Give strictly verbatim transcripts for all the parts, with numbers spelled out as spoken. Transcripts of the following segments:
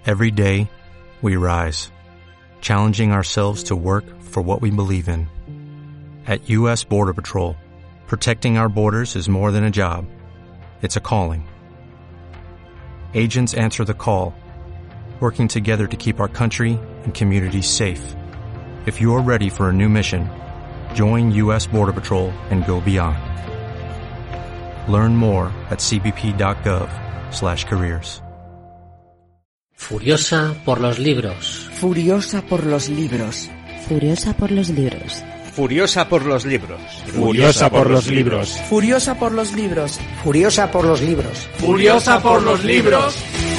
Every day, we rise, challenging ourselves to work for what we believe in. At U S Border Patrol, protecting our borders is more than a job. It's a calling. Agents answer the call, working together to keep our country and communities safe. If you're ready for a new mission, join U S Border Patrol and go beyond. Learn more at cbp.gov slash careers. Furiosa por los libros. Furiosa por los libros. Furiosa por los libros. Furiosa por los libros. Furiosa por los libros. Furiosa por los libros. Furiosa por los libros. Furiosa por los libros.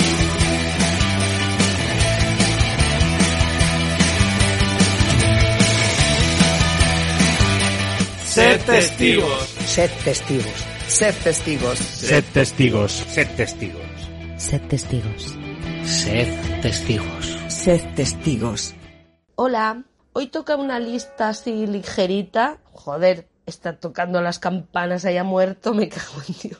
Sed testigos. Sed testigos. Sed testigos. Sed testigos. Sed testigos. Sed testigos. Sed testigos. Sed testigos. Hola, hoy toca una lista así ligerita. Joder, está tocando las campanas, haya muerto, me cago en Dios.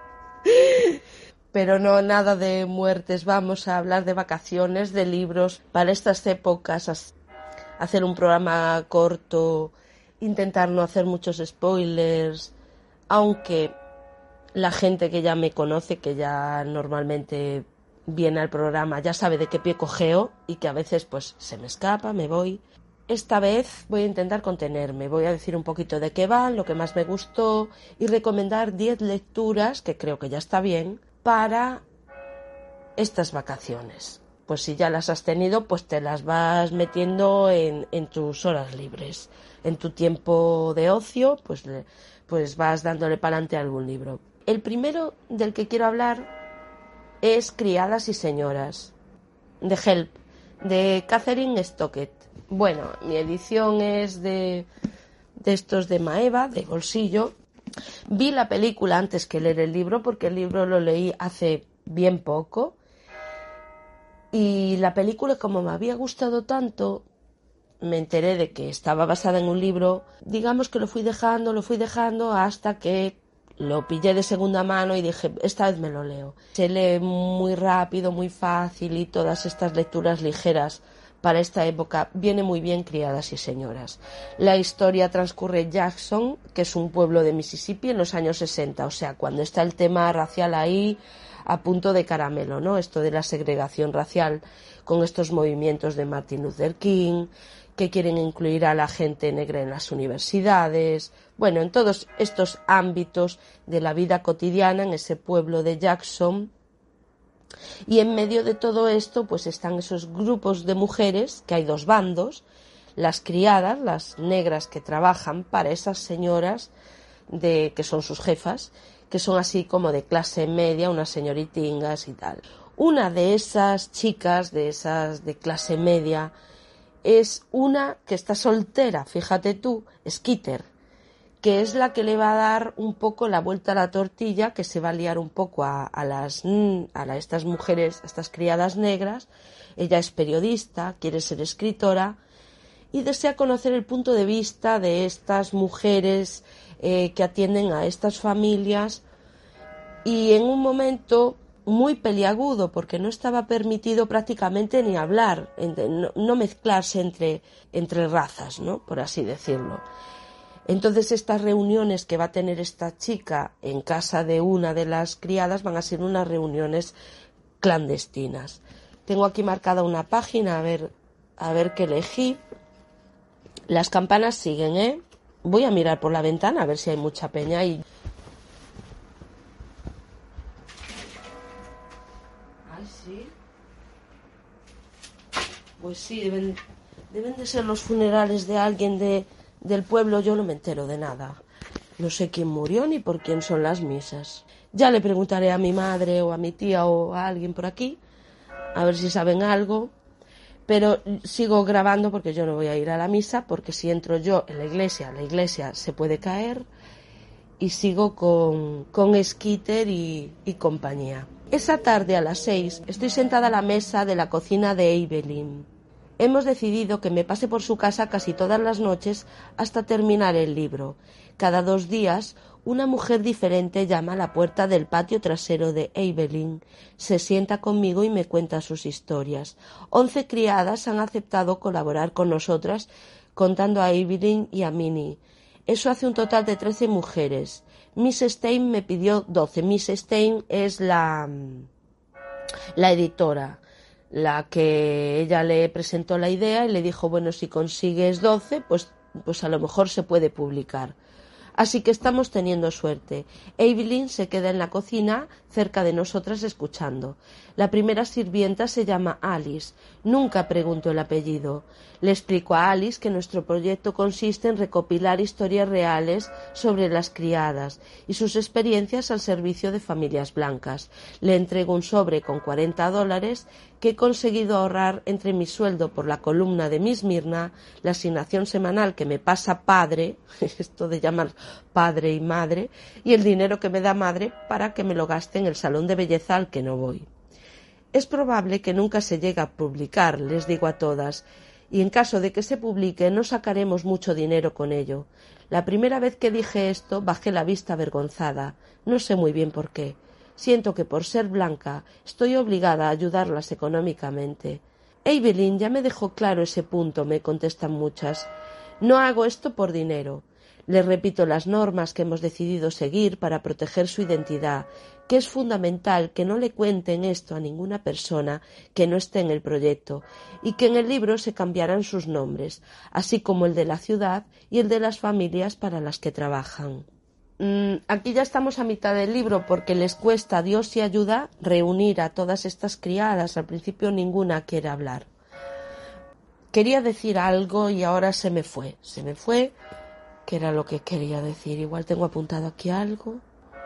Pero no, nada de muertes, vamos a hablar de vacaciones, de libros. Para estas épocas, hacer un programa corto, intentar no hacer muchos spoilers, aunque la gente que ya me conoce, que ya normalmente viene al programa, ya sabe de qué pie cojeo y que a veces pues se me escapa, me voy. Esta vez voy a intentar contenerme, voy a decir un poquito de qué van, lo que más me gustó y recomendar diez lecturas, que creo que ya está bien, para estas vacaciones. Pues si ya las has tenido, pues te las vas metiendo en, en tus horas libres. En tu tiempo de ocio, pues, pues vas dándole para adelante a algún libro. El primero del que quiero hablar es Criadas y Señoras, de Help, de Catherine Stockett. Bueno, mi edición es de, de estos de Maeva, de bolsillo. Vi la película antes que leer el libro, porque el libro lo leí hace bien poco. Y la película, como me había gustado tanto, me enteré de que estaba basada en un libro. Digamos que lo fui dejando, lo fui dejando hasta que lo pillé de segunda mano y dije, esta vez me lo leo. Se lee muy rápido, muy fácil y todas estas lecturas ligeras para esta época viene muy bien Criadas y Señoras. La historia transcurre en Jackson, que es un pueblo de Mississippi, en los años sesenta, o sea, cuando está el tema racial ahí a punto de caramelo, ¿no? Esto de la segregación racial con estos movimientos de Martin Luther King, que quieren incluir a la gente negra en las universidades, bueno, en todos estos ámbitos de la vida cotidiana en ese pueblo de Jackson. Y en medio de todo esto pues están esos grupos de mujeres, que hay dos bandos, las criadas, las negras que trabajan para esas señoras de que son sus jefas, que son así como de clase media, unas señoritingas y tal. Una de esas chicas, de esas de clase media, es una que está soltera, fíjate tú, Skeeter, que es la que le va a dar un poco la vuelta a la tortilla, que se va a liar un poco a, a las a la, estas mujeres, a estas criadas negras. Ella es periodista, quiere ser escritora y desea conocer el punto de vista de estas mujeres eh, que atienden a estas familias, y en un momento muy peliagudo, porque no estaba permitido prácticamente ni hablar, no, no mezclarse entre, entre razas, ¿no? Por así decirlo. Entonces estas reuniones que va a tener esta chica en casa de una de las criadas van a ser unas reuniones clandestinas. Tengo aquí marcada una página, a ver, a ver qué elegí. Las campanas siguen, ¿eh? Voy a mirar por la ventana a ver si hay mucha peña y... Ay, sí. Pues sí, deben, deben de ser los funerales de alguien de... del pueblo. Yo no me entero de nada. No sé quién murió ni por quién son las misas. Ya le preguntaré a mi madre o a mi tía o a alguien por aquí, a ver si saben algo. Pero sigo grabando porque yo no voy a ir a la misa, porque si entro yo en la iglesia, la iglesia se puede caer, y sigo con, con Skeeter y, y compañía. Esa tarde a las seis estoy sentada a la mesa de la cocina de Evelyn. Hemos decidido que me pase por su casa casi todas las noches hasta terminar el libro. Cada dos días una mujer diferente llama a la puerta del patio trasero de Evelyn. Se sienta conmigo y me cuenta sus historias. Once criadas han aceptado colaborar con nosotras, contando a Evelyn y a Minnie. Eso hace un total de trece mujeres. Miss Stein me pidió doce. Miss Stein es la, la editora, la que ella le presentó la idea y le dijo, bueno, si consigues doce, pues, pues a lo mejor se puede publicar. Así que estamos teniendo suerte. Evelyn se queda en la cocina cerca de nosotras escuchando. La primera sirvienta se llama Alice. Nunca pregunto el apellido. Le explico a Alice que nuestro proyecto consiste en recopilar historias reales sobre las criadas y sus experiencias al servicio de familias blancas. Le entrego un sobre con cuarenta dólares que he conseguido ahorrar entre mi sueldo por la columna de Miss Mirna, la asignación semanal que me pasa padre, esto de llamar padre y madre, y el dinero que me da madre para que me lo gaste en el salón de belleza al que no voy. Es probable que nunca se llegue a publicar, les digo a todas, y en caso de que se publique no sacaremos mucho dinero con ello. La primera vez que dije esto bajé la vista avergonzada, no sé muy bien por qué. Siento que por ser blanca estoy obligada a ayudarlas económicamente. Evelyn ya me dejó claro ese punto, me contestan muchas. No hago esto por dinero. Les repito las normas que hemos decidido seguir para proteger su identidad, que es fundamental que no le cuenten esto a ninguna persona que no esté en el proyecto, y que en el libro se cambiarán sus nombres, así como el de la ciudad y el de las familias para las que trabajan. Mm, aquí ya estamos a mitad del libro porque les cuesta, Dios y ayuda, reunir a todas estas criadas. Al principio ninguna quiere hablar. Quería decir algo y ahora se me fue, se me fue... ¿Qué era lo que quería decir? Igual tengo apuntado aquí algo.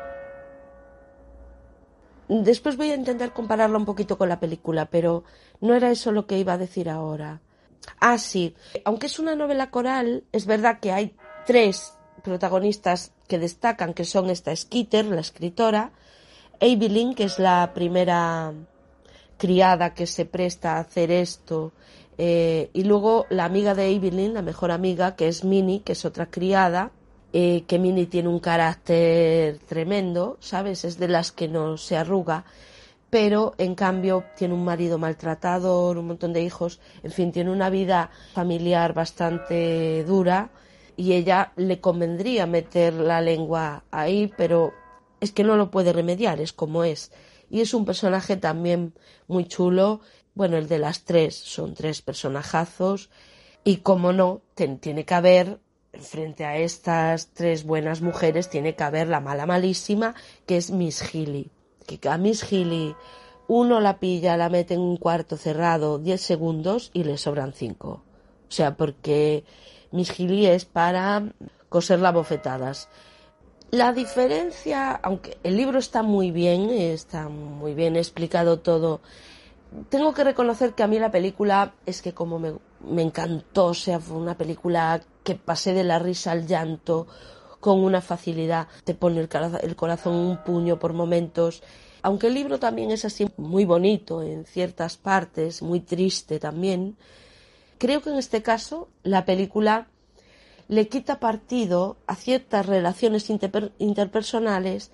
Después voy a intentar compararla un poquito con la película, pero no era eso lo que iba a decir ahora. Ah, sí. Aunque es una novela coral, es verdad que hay tres protagonistas que destacan, que son esta Skeeter, la escritora, Evelyn, que es la primera criada que se presta a hacer esto, Eh, y luego la amiga de Evelyn, la mejor amiga, que es Minnie, que es otra criada, eh, que Minnie tiene un carácter tremendo, ¿sabes? Es de las que no se arruga, pero en cambio tiene un marido maltratador, un montón de hijos, en fin, tiene una vida familiar bastante dura y ella le convendría meter la lengua ahí, pero es que no lo puede remediar, es como es. Y es un personaje también muy chulo. Bueno, el de las tres, son tres personajazos y, como no, ten, tiene que haber, frente a estas tres buenas mujeres, tiene que haber la mala malísima, que es Miss Healy. Que a Miss Healy uno la pilla, la mete en un cuarto cerrado diez segundos y le sobran cinco. O sea, porque Miss Healy es para coserla bofetadas. La diferencia, aunque el libro está muy bien, está muy bien explicado todo, tengo que reconocer que a mí la película es que como me, me encantó, o sea, fue una película que pasé de la risa al llanto con una facilidad, te pone el, el corazón un puño por momentos, aunque el libro también es así muy bonito en ciertas partes, muy triste también. Creo que en este caso la película le quita partido a ciertas relaciones interper, interpersonales.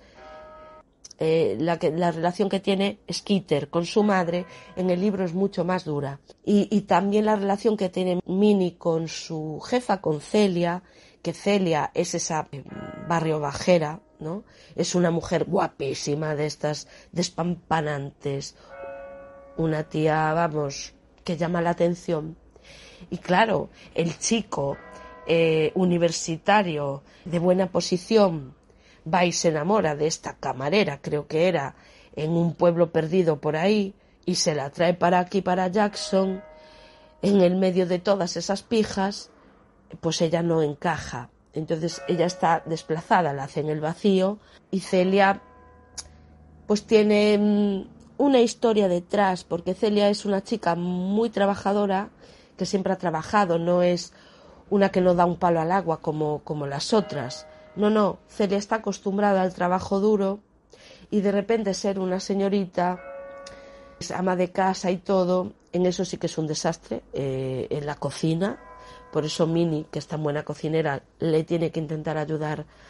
Eh, la, que, la relación que tiene Skeeter con su madre en el libro es mucho más dura y, y también la relación que tiene Minnie con su jefa, con Celia, que Celia es esa eh, barrio bajera, ¿no? Es una mujer guapísima, de estas despampanantes, una tía, vamos, que llama la atención. Y claro, el chico eh, universitario de buena posición va y se enamora de esta camarera, creo que era, en un pueblo perdido por ahí, y se la trae para aquí, para Jackson. En el medio de todas esas pijas, pues ella no encaja. Entonces ella está desplazada, la hace en el vacío, y Celia pues tiene una historia detrás, porque Celia es una chica muy trabajadora, que siempre ha trabajado, no es una que no da un palo al agua como, como las otras. No, no, Celia está acostumbrada al trabajo duro y de repente ser una señorita, ama de casa y todo, en eso sí que es un desastre, eh, en la cocina. Por eso Minnie, que es tan buena cocinera, le tiene que intentar ayudar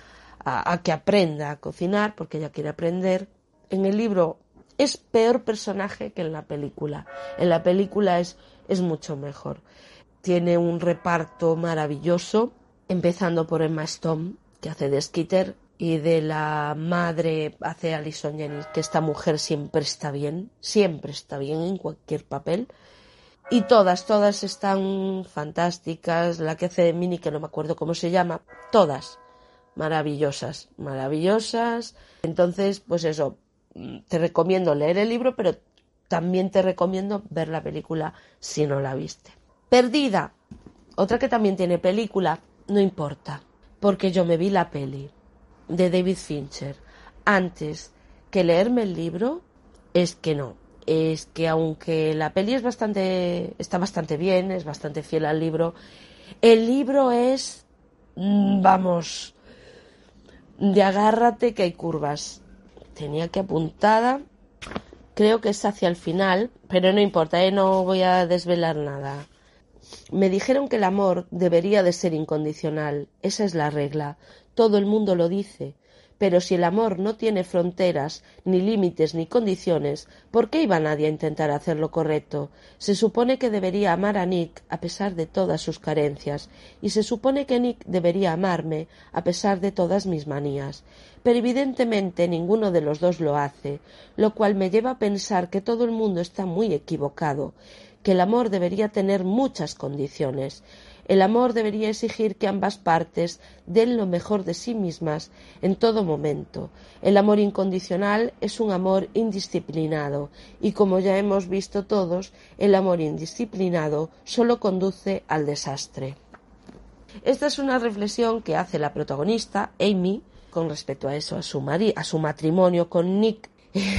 a, a que aprenda a cocinar, porque ella quiere aprender. En el libro es peor personaje que en la película. En la película es, es mucho mejor. Tiene un reparto maravilloso, empezando por Emma Stone, que hace de Skeeter, y de la madre hace Alison Jennings, que esta mujer siempre está bien, siempre está bien en cualquier papel. Y todas, todas están fantásticas. La que hace de Minnie, que no me acuerdo cómo se llama, todas maravillosas, maravillosas. Entonces, pues eso, te recomiendo leer el libro, pero también te recomiendo ver la película si no la viste. Perdida, otra que también tiene película, no importa, porque yo me vi la peli de David Fincher antes que leerme el libro. Es que no, es que aunque la peli es bastante, está bastante bien, es bastante fiel al libro, el libro es, vamos, de agárrate que hay curvas. Tenía que apuntada, creo que es hacia el final, pero no importa, ¿eh? No voy a desvelar nada. Me dijeron que el amor debería de ser incondicional, esa es la regla, todo el mundo lo dice, pero si el amor no tiene fronteras, ni límites, ni condiciones, ¿por qué iba nadie a intentar hacer lo correcto? Se supone que debería amar a Nick a pesar de todas sus carencias, y se supone que Nick debería amarme a pesar de todas mis manías, pero evidentemente ninguno de los dos lo hace, lo cual me lleva a pensar que todo el mundo está muy equivocado, que el amor debería tener muchas condiciones. El amor debería exigir que ambas partes den lo mejor de sí mismas en todo momento. El amor incondicional es un amor indisciplinado y, como ya hemos visto todos, el amor indisciplinado solo conduce al desastre. Esta es una reflexión que hace la protagonista, Amy, con respecto a eso, a su, mari- a su matrimonio con Nick.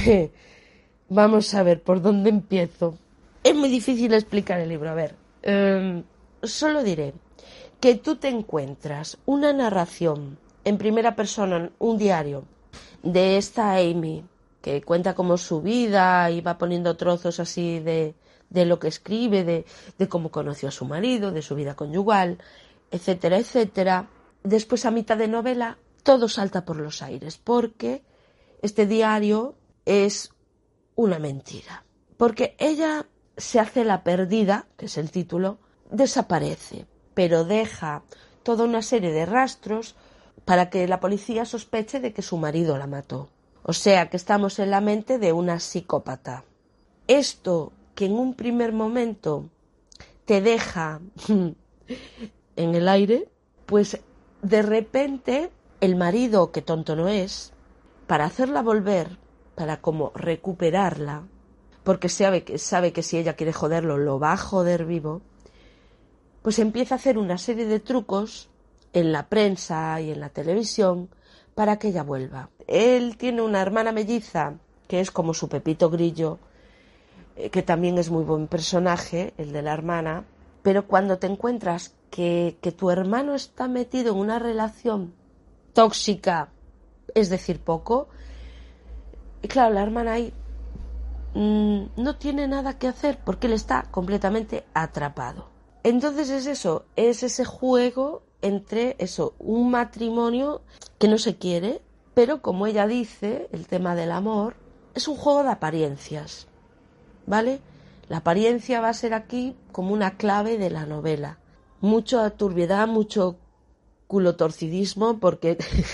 Vamos a ver por dónde empiezo. Es muy difícil explicar el libro. A ver, eh, solo diré que tú te encuentras una narración en primera persona, un diario de esta Amy, que cuenta como su vida y va poniendo trozos así de, de lo que escribe, de, de cómo conoció a su marido, de su vida conyugal, etcétera, etcétera. Después, a mitad de novela, todo salta por los aires, porque este diario es una mentira. Porque ella se hace la perdida, que es el título, desaparece, pero deja toda una serie de rastros para que la policía sospeche de que su marido la mató. O sea que estamos en la mente de una psicópata. Esto que en un primer momento te deja en el aire, pues de repente el marido, que tonto no es, para hacerla volver, para como recuperarla, porque sabe que, sabe que si ella quiere joderlo, lo va a joder vivo, pues empieza a hacer una serie de trucos en la prensa y en la televisión para que ella vuelva. Él tiene una hermana melliza, que es como su Pepito Grillo, eh, que también es muy buen personaje, el de la hermana, pero cuando te encuentras que, que tu hermano está metido en una relación tóxica, es decir, poco, y claro, la hermana ahí no tiene nada que hacer porque él está completamente atrapado. Entonces es eso, es ese juego entre eso, un matrimonio que no se quiere, pero como ella dice, el tema del amor es un juego de apariencias, ¿vale? La apariencia va a ser aquí como una clave de la novela. Mucha turbiedad, mucho culotorcidismo, porque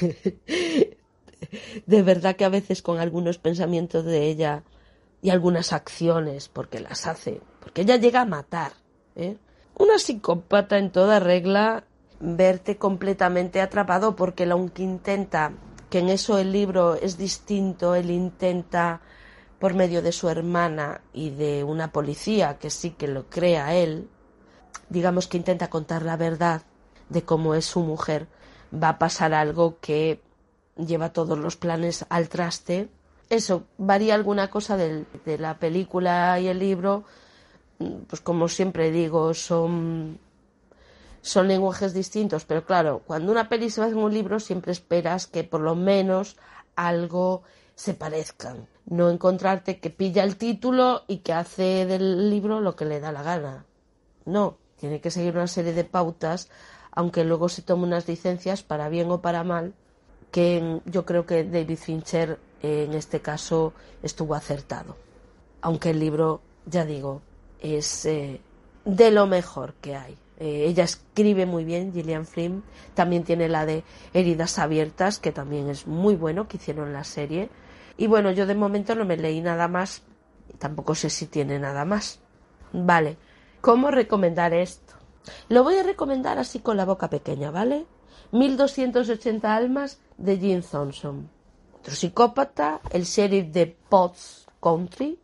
de verdad que a veces con algunos pensamientos de ella y algunas acciones, porque las hace, porque ella llega a matar, ¿eh? Una psicópata en toda regla, verte completamente atrapado, porque él, aunque intenta, que en eso el libro es distinto, él intenta, por medio de su hermana y de una policía que sí que lo crea él, digamos que intenta contar la verdad de cómo es su mujer, va a pasar algo que lleva todos los planes al traste. Eso, varía alguna cosa del, de la película y el libro, pues como siempre digo, son, son lenguajes distintos, pero claro, cuando una peli se va en un libro siempre esperas que por lo menos algo se parezcan, no encontrarte que pilla el título y que hace del libro lo que le da la gana. No, tiene que seguir una serie de pautas, aunque luego se tome unas licencias para bien o para mal, que yo creo que David Fincher en este caso estuvo acertado. Aunque el libro, ya digo, es eh, de lo mejor que hay. Eh, ella escribe muy bien, Gillian Flynn. También tiene la de Heridas Abiertas, que también es muy bueno, que hicieron la serie. Y bueno, yo de momento no me leí nada más. Tampoco sé si tiene nada más. Vale, ¿cómo recomendar esto? Lo voy a recomendar así con la boca pequeña, ¿vale? mil doscientas ochenta almas de Jim Thompson. Otro psicópata, el sheriff de Potts Country,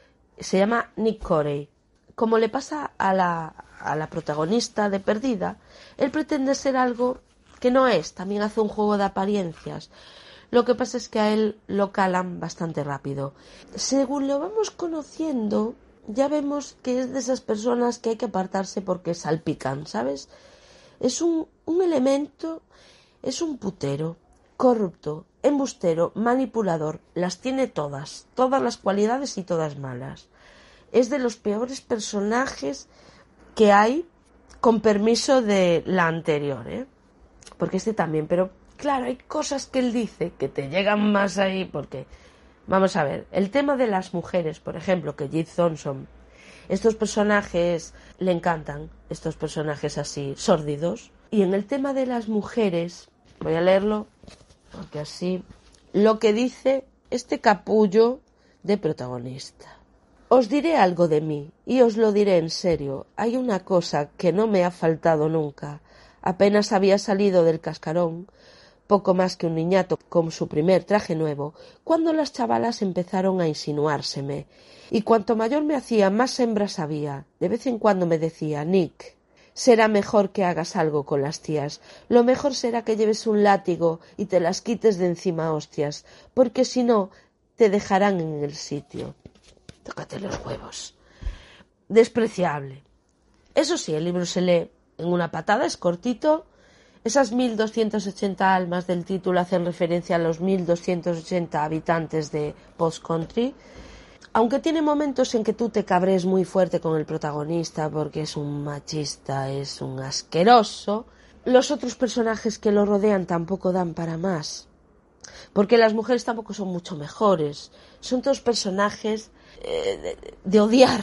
se llama Nick Corey. Como le pasa a la, a la protagonista de Perdida, él pretende ser algo que no es, también hace un juego de apariencias. Lo que pasa es que a él lo calan bastante rápido. Según lo vamos conociendo, ya vemos que es de esas personas que hay que apartarse porque salpican, ¿sabes? Es un, un elemento, es un putero, corrupto, embustero, manipulador, las tiene todas, todas las cualidades y todas malas. Es de los peores personajes que hay, con permiso de la anterior, ¿eh? Porque este también, pero claro, hay cosas que él dice que te llegan más ahí porque, vamos a ver, el tema de las mujeres, por ejemplo, que Jim Thompson, estos personajes le encantan, estos personajes así, sórdidos, y en el tema de las mujeres, voy a leerlo, porque así, lo que dice este capullo de protagonista. Os diré algo de mí, y os lo diré en serio. Hay una cosa que no me ha faltado nunca. Apenas había salido del cascarón, poco más que un niñato con su primer traje nuevo, cuando las chavalas empezaron a insinuárseme. Y cuanto mayor me hacía, más hembras había. De vez en cuando me decía, Nick, será mejor que hagas algo con las tías. Lo mejor será que lleves un látigo y te las quites de encima hostias, porque si no, te dejarán en el sitio. Tócate los huevos. Despreciable. Eso sí, el libro se lee en una patada, es cortito. Esas mil doscientas ochenta almas del título hacen referencia a los mil doscientos ochenta habitantes de Potts Country. Aunque tiene momentos en que tú te cabrees muy fuerte con el protagonista porque es un machista, es un asqueroso, los otros personajes que lo rodean tampoco dan para más. Porque las mujeres tampoco son mucho mejores. Son todos personajes eh, de, de odiar,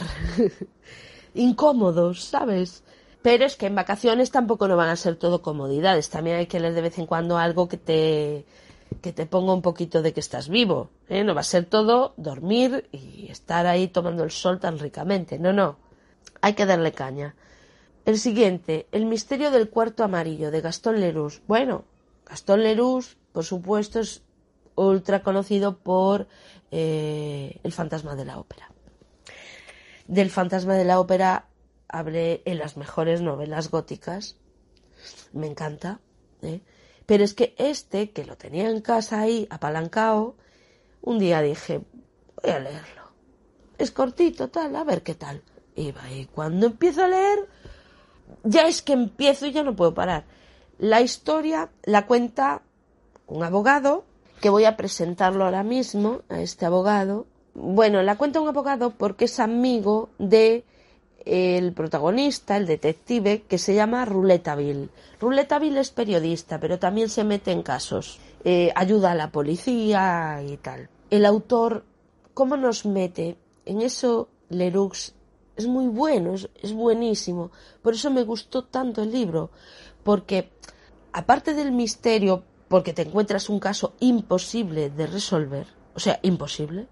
incómodos, ¿sabes? Pero es que en vacaciones tampoco no van a ser todo comodidades. También hay que leer de vez en cuando algo que te, que te ponga un poquito de que estás vivo, ¿eh? No va a ser todo dormir y estar ahí tomando el sol tan ricamente. No, no. Hay que darle caña. El siguiente, El misterio del cuarto amarillo, de Gaston Leroux. Bueno, Gaston Leroux, por supuesto, es ultra conocido por eh, El fantasma de la ópera. Del fantasma de la ópera hablé en las mejores novelas góticas. Me encanta, ¿eh? Pero es que este, que lo tenía en casa ahí, apalancado, un día dije, voy a leerlo. Es cortito, tal, a ver qué tal. Iba y cuando empiezo a leer, ya es que empiezo y ya no puedo parar. La historia la cuenta un abogado, que voy a presentarlo ahora mismo, a este abogado. Bueno, la cuenta un abogado porque es amigo de el protagonista, el detective, que se llama Rouletabille. Rouletabille es periodista, pero también se mete en casos. Eh, ayuda a la policía y tal. El autor, ¿cómo nos mete? En eso Leroux es muy bueno, es, es buenísimo. Por eso me gustó tanto el libro. Porque, aparte del misterio, porque te encuentras un caso imposible de resolver, o sea, imposible,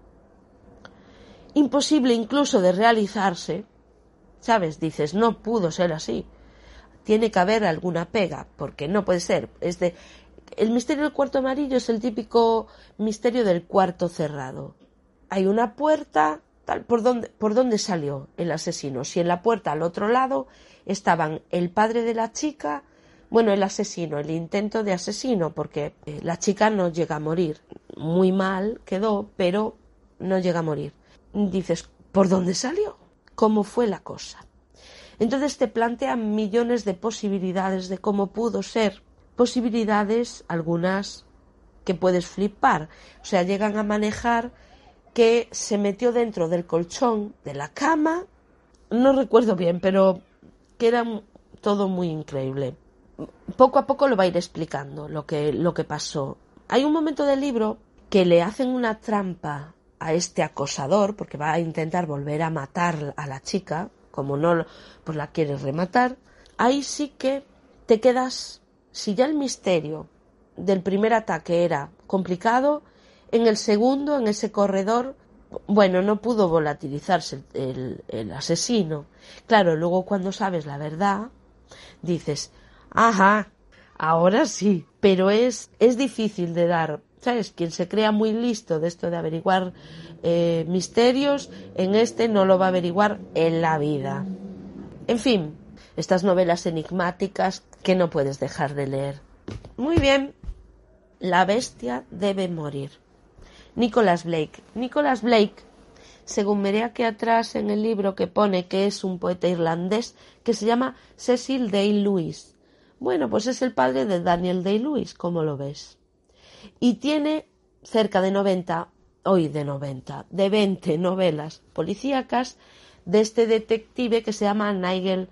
imposible incluso de realizarse, ¿sabes? Dices, no pudo ser así. Tiene que haber alguna pega, porque no puede ser. Es de... El misterio del cuarto amarillo es el típico misterio del cuarto cerrado. Hay una puerta, tal, ¿por dónde, por dónde salió el asesino? Si en la puerta al otro lado estaban el padre de la chica, bueno, el asesino, el intento de asesino, porque eh, la chica no llega a morir. Muy mal quedó, pero no llega a morir. Dices, ¿por dónde salió? ¿Cómo fue la cosa? Entonces te plantean millones de posibilidades de cómo pudo ser. Posibilidades, algunas que puedes flipar. O sea, llegan a manejar que se metió dentro del colchón de la cama. No recuerdo bien, pero que era todo muy increíble. Poco a poco lo va a ir explicando lo que, lo que pasó. Hay un momento del libro que le hacen una trampa a este acosador, porque va a intentar volver a matar a la chica, como no pues la quiere rematar. Ahí sí que te quedas, si ya el misterio del primer ataque era complicado, en el segundo, en ese corredor, bueno, no pudo volatilizarse el, el, el asesino. Claro, luego cuando sabes la verdad, dices, ajá, ahora sí, pero es, es difícil de dar, ¿sabes? Quien se crea muy listo de esto de averiguar eh, misterios, en este no lo va a averiguar en la vida. En fin, estas novelas enigmáticas que no puedes dejar de leer. Muy bien, La bestia debe morir. Nicholas Blake. Nicholas Blake, según miré aquí atrás en el libro que pone que es un poeta irlandés que se llama Cecil Day-Lewis. Bueno, pues es el padre de Daniel Day-Lewis, como lo ves. Y tiene cerca de noventa, hoy de noventa, de veinte novelas policíacas de este detective que se llama Nigel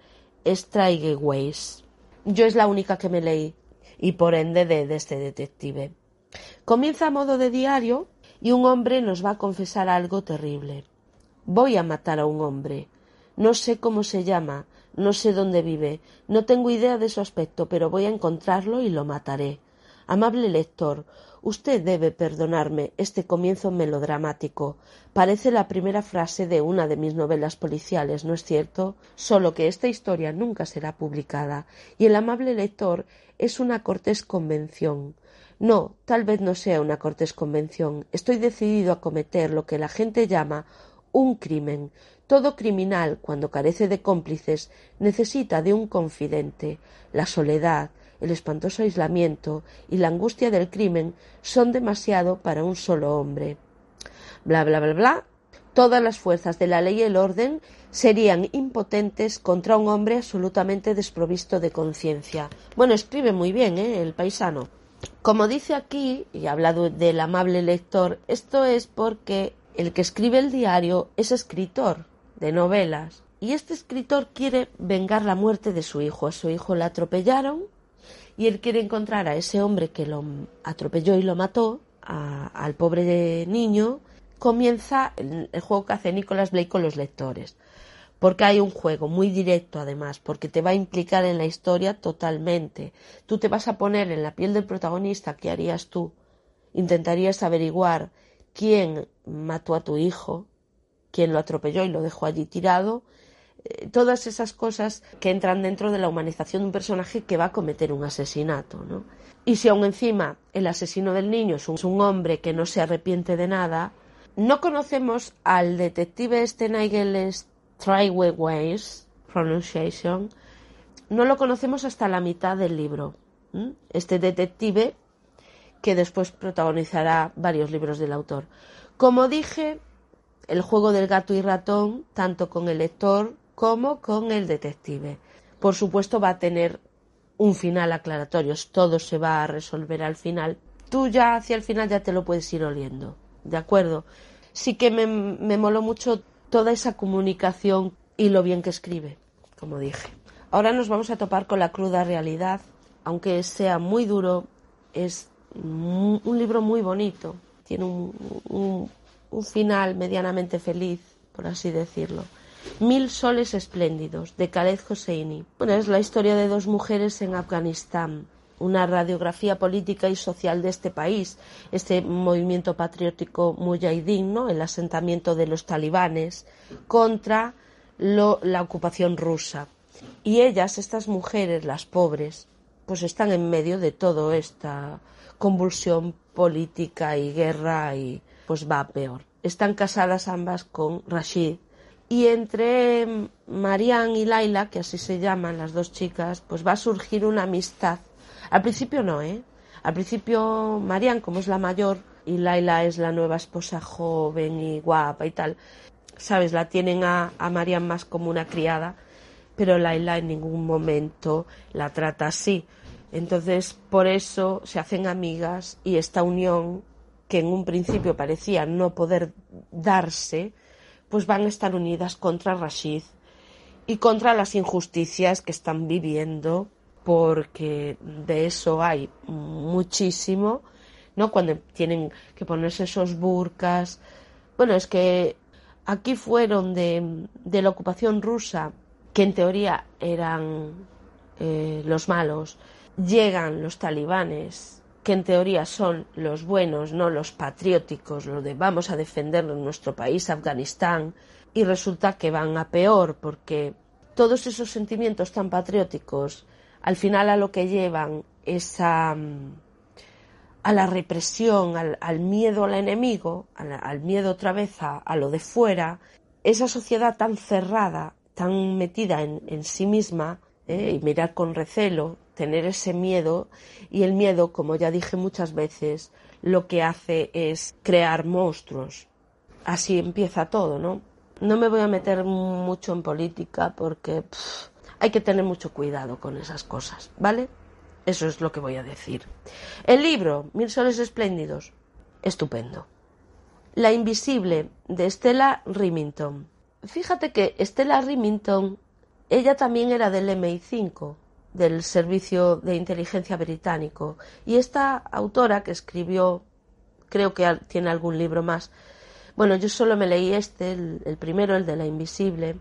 Strightways. Yo es la única que me leí, y por ende de, de este detective. Comienza a modo de diario y un hombre nos va a confesar algo terrible. Voy a matar a un hombre. No sé cómo se llama, no sé dónde vive, no tengo idea de su aspecto, pero voy a encontrarlo y lo mataré. Amable lector, usted debe perdonarme este comienzo melodramático. Parece la primera frase de una de mis novelas policiales, ¿no es cierto? Solo que esta historia nunca será publicada, y el amable lector es una cortés convención. No, tal vez no sea una cortés convención. Estoy decidido a cometer lo que la gente llama un crimen. Todo criminal, cuando carece de cómplices, necesita de un confidente. La soledad, el espantoso aislamiento y la angustia del crimen son demasiado para un solo hombre. Bla, bla, bla, bla. Todas las fuerzas de la ley y el orden serían impotentes contra un hombre absolutamente desprovisto de conciencia. Bueno, escribe muy bien, ¿eh? El paisano. Como dice aquí, y habla del amable lector, esto es porque el que escribe el diario es escritor de novelas. Y este escritor quiere vengar la muerte de su hijo. A su hijo le atropellaron y él quiere encontrar a ese hombre que lo atropelló y lo mató, a, al pobre niño. Comienza el, el juego que hace Nicholas Blake con los lectores. Porque hay un juego muy directo además, porque te va a implicar en la historia totalmente. Tú te vas a poner en la piel del protagonista. ¿Qué harías tú? Intentarías averiguar quién mató a tu hijo, quién lo atropelló y lo dejó allí tirado. Eh, todas esas cosas que entran dentro de la humanización de un personaje que va a cometer un asesinato, ¿no? Y si aún encima el asesino del niño es un, es un hombre que no se arrepiente de nada, no conocemos al detective este Nigel Strightways, pronunciation, no lo conocemos hasta la mitad del libro. ¿Mm? Este detective que después protagonizará varios libros del autor. Como dije, el juego del gato y ratón, tanto con el lector como con el detective. Por supuesto va a tener un final aclaratorio, todo se va a resolver al final. Tú ya hacia el final ya te lo puedes ir oliendo, ¿de acuerdo? Sí que me, me moló mucho toda esa comunicación y lo bien que escribe, como dije. Ahora nos vamos a topar con la cruda realidad. Aunque sea muy duro, es un libro muy bonito. Tiene un, un, un final medianamente feliz, por así decirlo. Mil soles espléndidos, de Khaled Hosseini. Bueno, es la historia de dos mujeres en Afganistán. Una radiografía política y social de este país, este movimiento patriótico mujahidín, ¿no? El asentamiento de los talibanes contra lo, la ocupación rusa. Y ellas, estas mujeres, las pobres, pues están en medio de toda esta convulsión política y guerra y pues va peor. Están casadas ambas con Rashid. Y entre Marianne y Laila, que así se llaman las dos chicas, pues va a surgir una amistad. Al principio no, ¿eh? Al principio Marianne, como es la mayor, y Laila es la nueva esposa joven y guapa y tal, ¿sabes? La tienen a, a Marianne más como una criada, pero Laila en ningún momento la trata así. Entonces, por eso se hacen amigas y esta unión, que en un principio parecía no poder darse, pues van a estar unidas contra Rashid y contra las injusticias que están viviendo, porque de eso hay muchísimo, ¿no? Cuando tienen que ponerse esos burkas. Bueno, es que aquí fueron de, de la ocupación rusa, que en teoría eran eh, los malos, llegan los talibanes, que en teoría son los buenos, no los patrióticos, lo de vamos a defender nuestro país, Afganistán, y resulta que van a peor, porque todos esos sentimientos tan patrióticos al final a lo que llevan es a, a la represión, al, al miedo al enemigo, al, al miedo otra vez a, a lo de fuera. Esa sociedad tan cerrada, tan metida en, en sí misma, ¿eh? Y mirar con recelo, tener ese miedo, y el miedo, como ya dije muchas veces, lo que hace es crear monstruos. Así empieza todo, ¿no? No me voy a meter mucho en política porque pff, hay que tener mucho cuidado con esas cosas, ¿vale? Eso es lo que voy a decir. El libro, Mil soles espléndidos, estupendo. La invisible, de Stella Rimington. Fíjate que Stella Rimington, ella también era del eme i cinco, del Servicio de Inteligencia Británico, y esta autora que escribió, creo que tiene algún libro más. Bueno, yo solo me leí este, el, el primero, el de La invisible,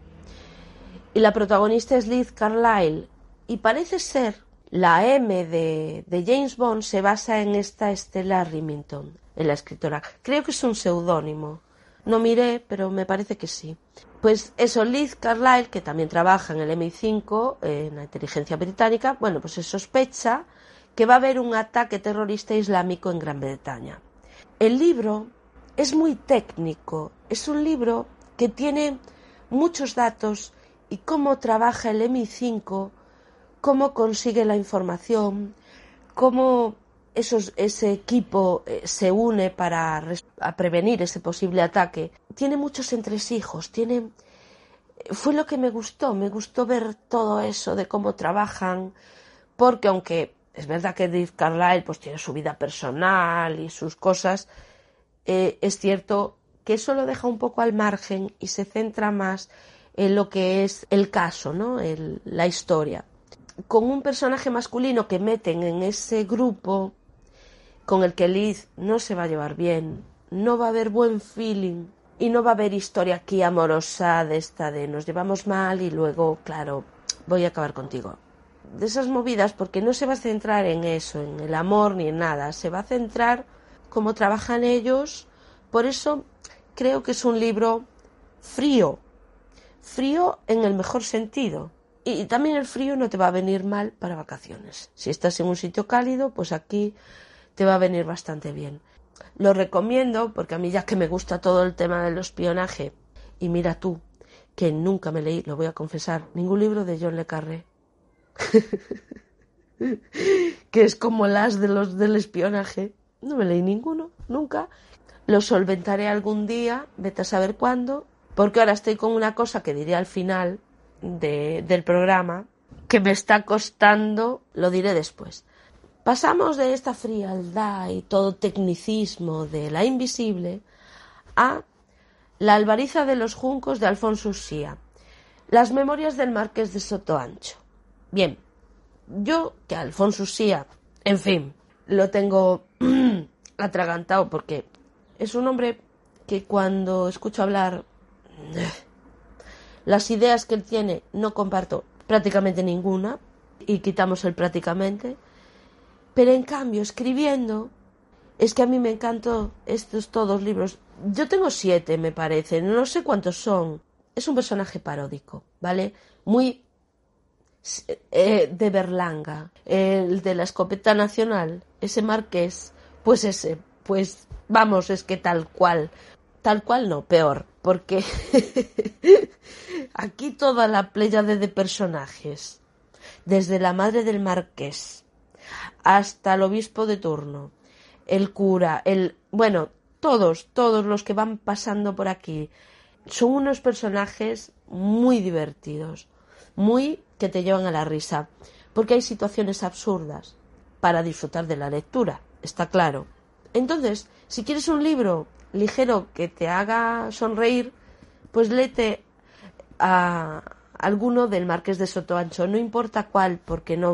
y la protagonista es Liz Carlyle, y parece ser la M de, de James Bond se basa en esta Stella Rimington, en la escritora. Creo que es un seudónimo, no miré, pero me parece que sí. Pues eso, Liz Carlyle, que también trabaja en el eme i cinco, en la inteligencia británica, bueno, pues se sospecha que va a haber un ataque terrorista islámico en Gran Bretaña. El libro es muy técnico, es un libro que tiene muchos datos y cómo trabaja el eme i cinco, cómo consigue la información, cómo esos, ese equipo eh, se une para a prevenir ese posible ataque. Tiene muchos entresijos, tiene... fue lo que me gustó, me gustó ver todo eso de cómo trabajan, porque aunque es verdad que Liz Carlyle pues tiene su vida personal y sus cosas, eh, es cierto que eso lo deja un poco al margen y se centra más en lo que es el caso, ¿no? El, la historia. Con un personaje masculino que meten en ese grupo con el que Liz no se va a llevar bien, no va a haber buen feeling y no va a haber historia aquí amorosa de esta de nos llevamos mal y luego, claro, voy a acabar contigo. De esas movidas, porque no se va a centrar en eso, en el amor ni en nada, se va a centrar cómo trabajan ellos. Por eso creo que es un libro frío, frío en el mejor sentido. Y también el frío no te va a venir mal para vacaciones. Si estás en un sitio cálido, pues aquí te va a venir bastante bien. Lo recomiendo porque a mí, ya que me gusta todo el tema del espionaje, y mira tú, que nunca me leí, lo voy a confesar, ningún libro de John le Carré. Que es como las de los del espionaje. No me leí ninguno, nunca. Lo solventaré algún día, vete a saber cuándo, porque ahora estoy con una cosa que diré al final de, del programa, que me está costando, lo diré después. Pasamos de esta frialdad y todo tecnicismo de La invisible a La albariza de los juncos de Alfonso Uxía, las memorias del marqués de Sotoancho. Bien, yo que Alfonso Uxía, en fin, lo tengo atragantado porque es un hombre que cuando escucho hablar, las ideas que él tiene no comparto prácticamente ninguna, y quitamos el prácticamente, pero en cambio escribiendo es que a mí me encantó estos todos libros. Yo tengo siete, me parece, no sé cuántos son. Es un personaje paródico, ¿vale? Muy eh, de Berlanga, el de la escopeta nacional, ese marqués, pues ese, pues vamos, es que tal cual, tal cual no, peor, porque aquí toda la pléyade de personajes, desde la madre del marqués hasta el obispo de turno, el cura, el... bueno, todos, todos los que van pasando por aquí, son unos personajes muy divertidos, muy que te llevan a la risa, porque hay situaciones absurdas para disfrutar de la lectura, está claro. Entonces, si quieres un libro ligero que te haga sonreír, pues léete a alguno del Marqués de Sotoancho, no importa cuál, porque no,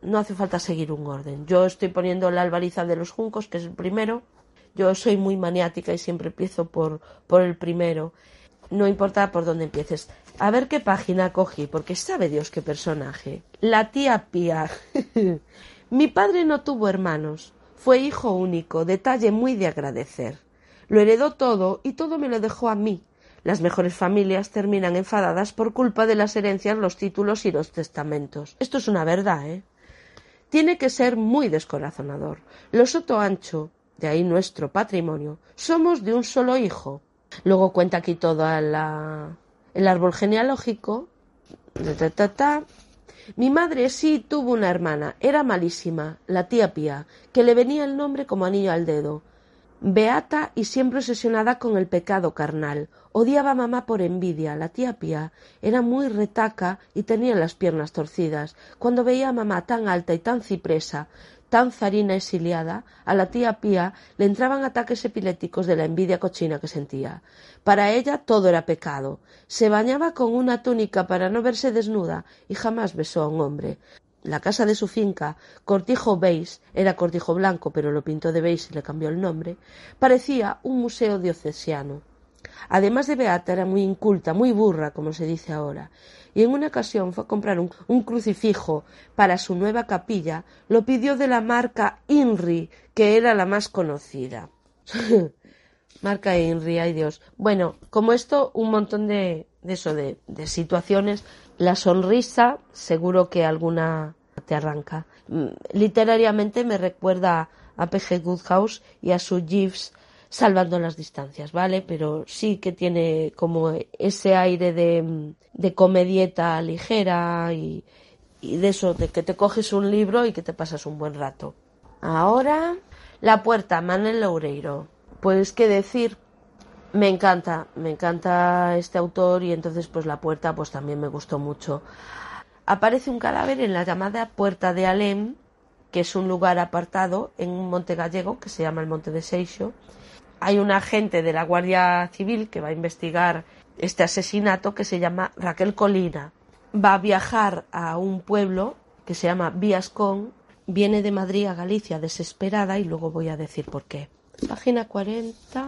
no hace falta seguir un orden. Yo estoy poniendo La albariza de los juncos, que es el primero. Yo soy muy maniática y siempre empiezo por, por el primero. No importa por dónde empieces. A ver qué página cogí, porque sabe Dios qué personaje. La tía Pía. Mi padre no tuvo hermanos. Fue hijo único, detalle muy de agradecer. Lo heredó todo y todo me lo dejó a mí. Las mejores familias terminan enfadadas por culpa de las herencias, los títulos y los testamentos. Esto es una verdad, ¿eh? Tiene que ser muy descorazonador. Los Soto Ancho, de ahí nuestro patrimonio, somos de un solo hijo. Luego cuenta aquí todo la, el árbol genealógico. Ta, ta, ta. Mi madre sí tuvo una hermana, era malísima, la tía Pía, que le venía el nombre como anillo al dedo. Beata y siempre obsesionada con el pecado carnal. Odiaba a mamá por envidia. La tía Pía era muy retaca y tenía las piernas torcidas. Cuando veía a mamá tan alta y tan cipresa, tan zarina exiliada, a la tía Pía le entraban ataques epilépticos de la envidia cochina que sentía. Para ella todo era pecado. Se bañaba con una túnica para no verse desnuda y jamás besó a un hombre. La casa de su finca, Cortijo Beis, era Cortijo Blanco, pero lo pintó de beige y le cambió el nombre, parecía un museo diocesiano. Además de beata, era muy inculta, muy burra, como se dice ahora, y en una ocasión fue a comprar un, un crucifijo para su nueva capilla, lo pidió de la marca Inri, que era la más conocida. Marca Inri, ay Dios. Bueno, como esto, un montón de, de eso, de, de situaciones. La sonrisa, seguro que alguna te arranca. Literariamente me recuerda a P G Wodehouse y a su Jeeves, salvando las distancias, ¿vale? Pero sí que tiene como ese aire de, de comedieta ligera y, y de eso, de que te coges un libro y que te pasas un buen rato. Ahora, La puerta, Manuel Loureiro. Pues qué decir, me encanta, me encanta este autor y entonces pues La puerta pues también me gustó mucho. Aparece un cadáver en la llamada Puerta de Alem, que es un lugar apartado en un monte gallego que se llama el Monte de Seixo. Hay un agente de la Guardia Civil que va a investigar este asesinato que se llama Raquel Colina. Va a viajar a un pueblo que se llama Biascón, viene de Madrid a Galicia desesperada y luego voy a decir por qué. Página cuarenta,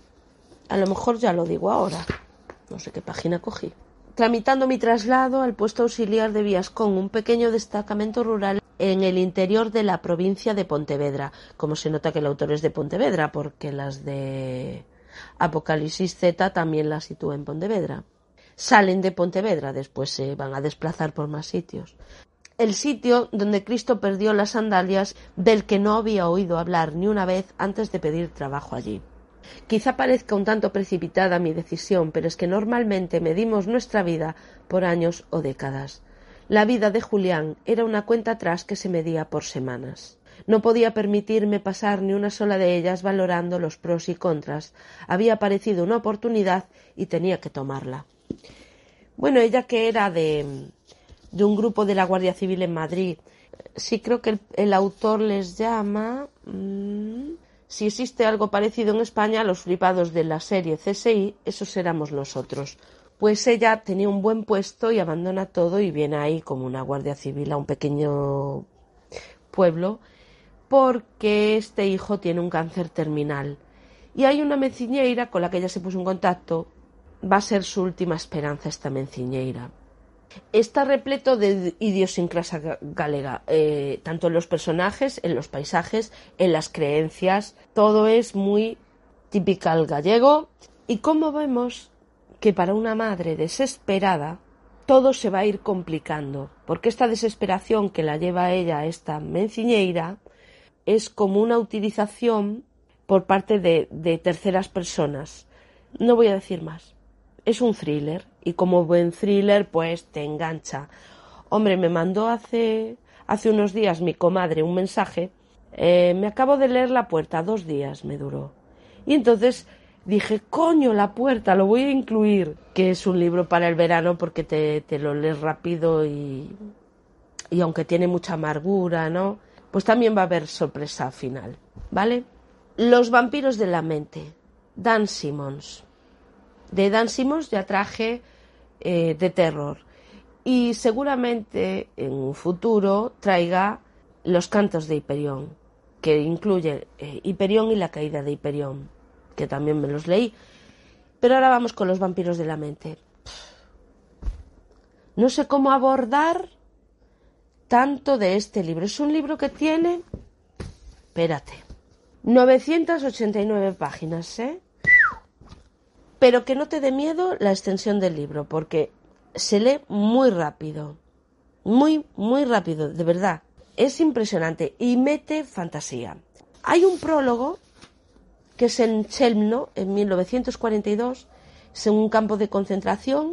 a lo mejor ya lo digo ahora, no sé qué página cogí. Tramitando mi traslado al puesto auxiliar de Biascón, un pequeño destacamento rural en el interior de la provincia de Pontevedra. Como se nota que el autor es de Pontevedra, porque las de Apocalipsis Z también las sitúa en Pontevedra. Salen de Pontevedra, después se van a desplazar por más sitios. El sitio donde Cristo perdió las sandalias, del que no había oído hablar ni una vez antes de pedir trabajo allí. Quizá parezca un tanto precipitada mi decisión, pero es que normalmente medimos nuestra vida por años o décadas. La vida de Julián era una cuenta atrás que se medía por semanas. No podía permitirme pasar ni una sola de ellas valorando los pros y contras. Había aparecido una oportunidad y tenía que tomarla. Bueno, ella que era de, de un grupo de la Guardia Civil en Madrid, sí creo que el, el autor les llama... Mmm, si existe algo parecido en España, los flipados de la serie C S I, esos éramos nosotros. Pues ella tenía un buen puesto y abandona todo y viene ahí como una guardia civil a un pequeño pueblo porque este hijo tiene un cáncer terminal. Y hay una menciñeira con la que ella se puso en contacto. Va a ser su última esperanza esta menciñeira. Está repleto de idiosincrasia galega, eh, tanto en los personajes, en los paisajes, en las creencias. Todo es muy típico gallego. Y como vemos que para una madre desesperada todo se va a ir complicando, porque esta desesperación que la lleva a ella a esta menciñeira es como una utilización por parte de, de terceras personas. No voy a decir más. Es un thriller y como buen thriller pues te engancha. Hombre, me mandó hace, hace unos días mi comadre un mensaje. Eh, me acabo de leer La puerta, dos días me duró. Y entonces dije, coño, La puerta, lo voy a incluir, que es un libro para el verano porque te, te lo lees rápido y, y aunque tiene mucha amargura, ¿no? Pues también va a haber sorpresa final, ¿vale? Los vampiros de la mente, Dan Simmons. De Dan Simmons ya traje eh, de terror y seguramente en un futuro traiga Los cantos de Hiperión, que incluye eh, Hiperión y la caída de Hiperión, que también me los leí. Pero ahora vamos con los vampiros de la mente. No sé cómo abordar tanto de este libro. Es un libro que tiene, espérate, novecientas ochenta y nueve páginas, ¿eh? Pero que no te dé miedo la extensión del libro, porque se lee muy rápido. Muy, muy rápido, de verdad. Es impresionante y mete fantasía. Hay un prólogo que es en Chelmno, en mil novecientos cuarenta y dos, es en un campo de concentración,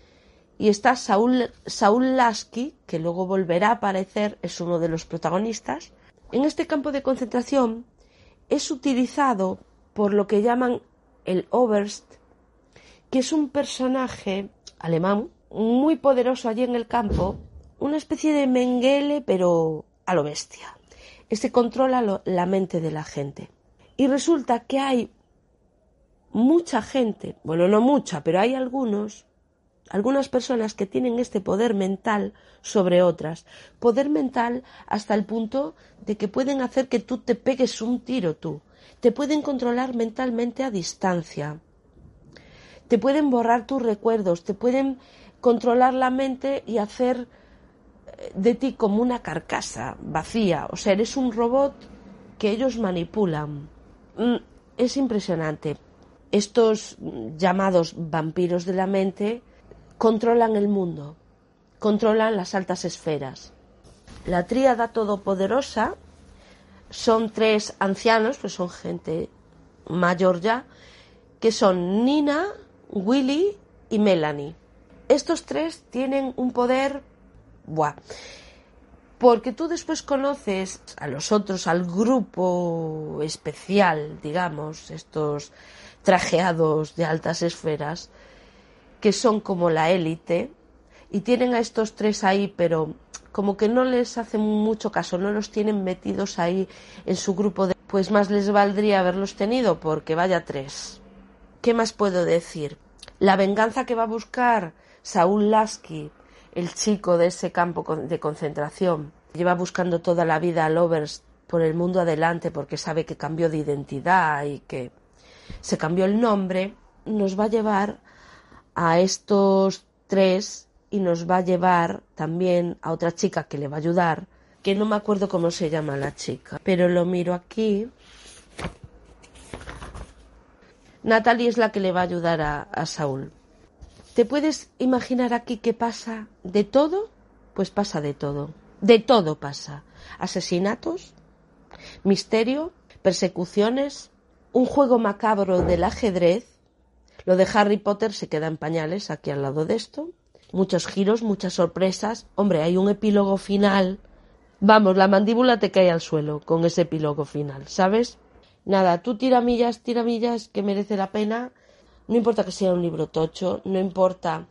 y está Saúl, Saúl Lasky, que luego volverá a aparecer, es uno de los protagonistas. En este campo de concentración es utilizado por lo que llaman el Oberst, que es un personaje alemán muy poderoso allí en el campo, una especie de Mengele, pero a lo bestia. Este controla lo, la mente de la gente. Y resulta que hay mucha gente, bueno, no mucha, pero hay algunos, algunas personas que tienen este poder mental sobre otras. Poder mental hasta el punto de que pueden hacer que tú te pegues un tiro tú. Te pueden controlar mentalmente a distancia. Te pueden borrar tus recuerdos, te pueden controlar la mente y hacer de ti como una carcasa vacía. O sea, eres un robot que ellos manipulan. Es impresionante. Estos llamados vampiros de la mente controlan el mundo, controlan las altas esferas. La tríada todopoderosa son tres ancianos, pues son gente mayor ya, que son Nina, Willy y Melanie. Estos tres tienen un poder... Buah. Porque tú después conoces a los otros, al grupo especial, digamos, estos trajeados de altas esferas, que son como la élite, y tienen a estos tres ahí, pero como que no les hacen mucho caso, no los tienen metidos ahí en su grupo de... Pues más les valdría haberlos tenido, porque vaya tres. ¿Qué más puedo decir? La venganza que va a buscar Saúl Lasky, el chico de ese campo de concentración, lleva buscando toda la vida al Oberst por el mundo adelante porque sabe que cambió de identidad y que se cambió el nombre, nos va a llevar a estos tres y nos va a llevar también a otra chica que le va a ayudar, que no me acuerdo cómo se llama la chica, pero lo miro aquí. Natalie es la que le va a ayudar a, a Saúl. ¿Te puedes imaginar aquí qué pasa de todo? Pues pasa de todo. De todo pasa. Asesinatos, misterio, persecuciones, un juego macabro del ajedrez. Lo de Harry Potter se queda en pañales aquí al lado de esto. Muchos giros, muchas sorpresas. Hombre, hay un epílogo final. Vamos, la mandíbula te cae al suelo con ese epílogo final, ¿sabes? Nada, tú tiramillas, tiramillas, que merece la pena. No importa que sea un libro tocho, no importa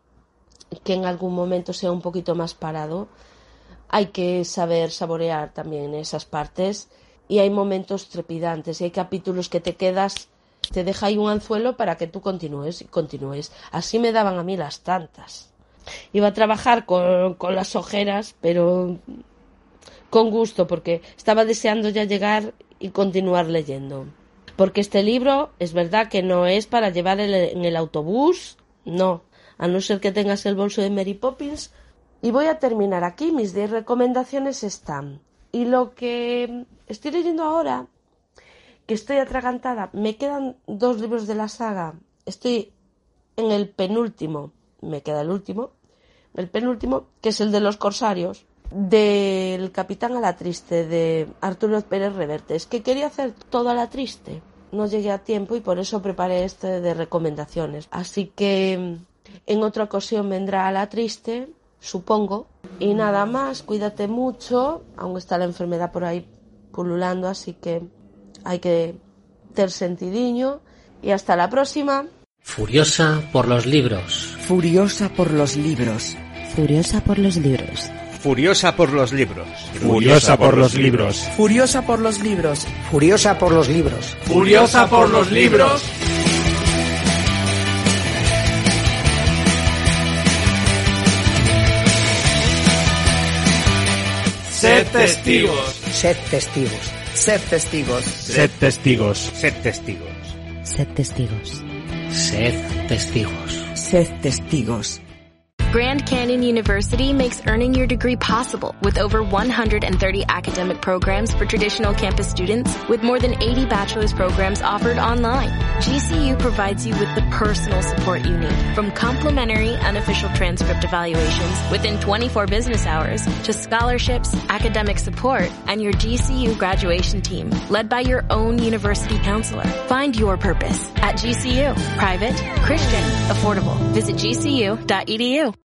que en algún momento sea un poquito más parado. Hay que saber saborear también esas partes y hay momentos trepidantes y hay capítulos que te quedas, te deja ahí un anzuelo para que tú continúes y continúes. Así me daban a mí las tantas. Iba a trabajar con, con las ojeras, pero con gusto, porque estaba deseando ya llegar y continuar leyendo. Porque este libro es verdad que no es para llevar el, en el autobús, no, a no ser que tengas el bolso de Mary Poppins. Y voy a terminar aquí, mis diez recomendaciones están. Y lo que estoy leyendo ahora, que estoy atragantada, me quedan dos libros de la saga, estoy en el penúltimo, me queda el último, el penúltimo, que es el de los corsarios, del Capitán a la Triste, de Arturo Pérez Reverte. Es que quería hacer todo a la triste, no llegué a tiempo y por eso preparé este de recomendaciones. Así que en otra ocasión vendrá a la triste, supongo. Y nada más, cuídate mucho, aún está la enfermedad por ahí pululando, así que hay que ter sentidiño. Y hasta la próxima. Furiosa por los libros. Furiosa por los libros. Furiosa por los libros. Furiosa por los libros. Furiosa por los libros. Furiosa por los libros. Furiosa por los libros. Furiosa por los libros. Sed testigos. Sed testigos. Sed testigos. Sed testigos. Sed testigos. Sed testigos. Sed testigos. Sed testigos. Grand Canyon University makes earning your degree possible with over one hundred thirty academic programs for traditional campus students with more than eighty bachelor's programs offered online. G C U provides you with the personal support you need, from complimentary unofficial transcript evaluations within twenty-four business hours to scholarships, academic support, and your G C U graduation team led by your own university counselor. Find your purpose at G C U. Private, Christian, affordable. Visit G C U dot E D U.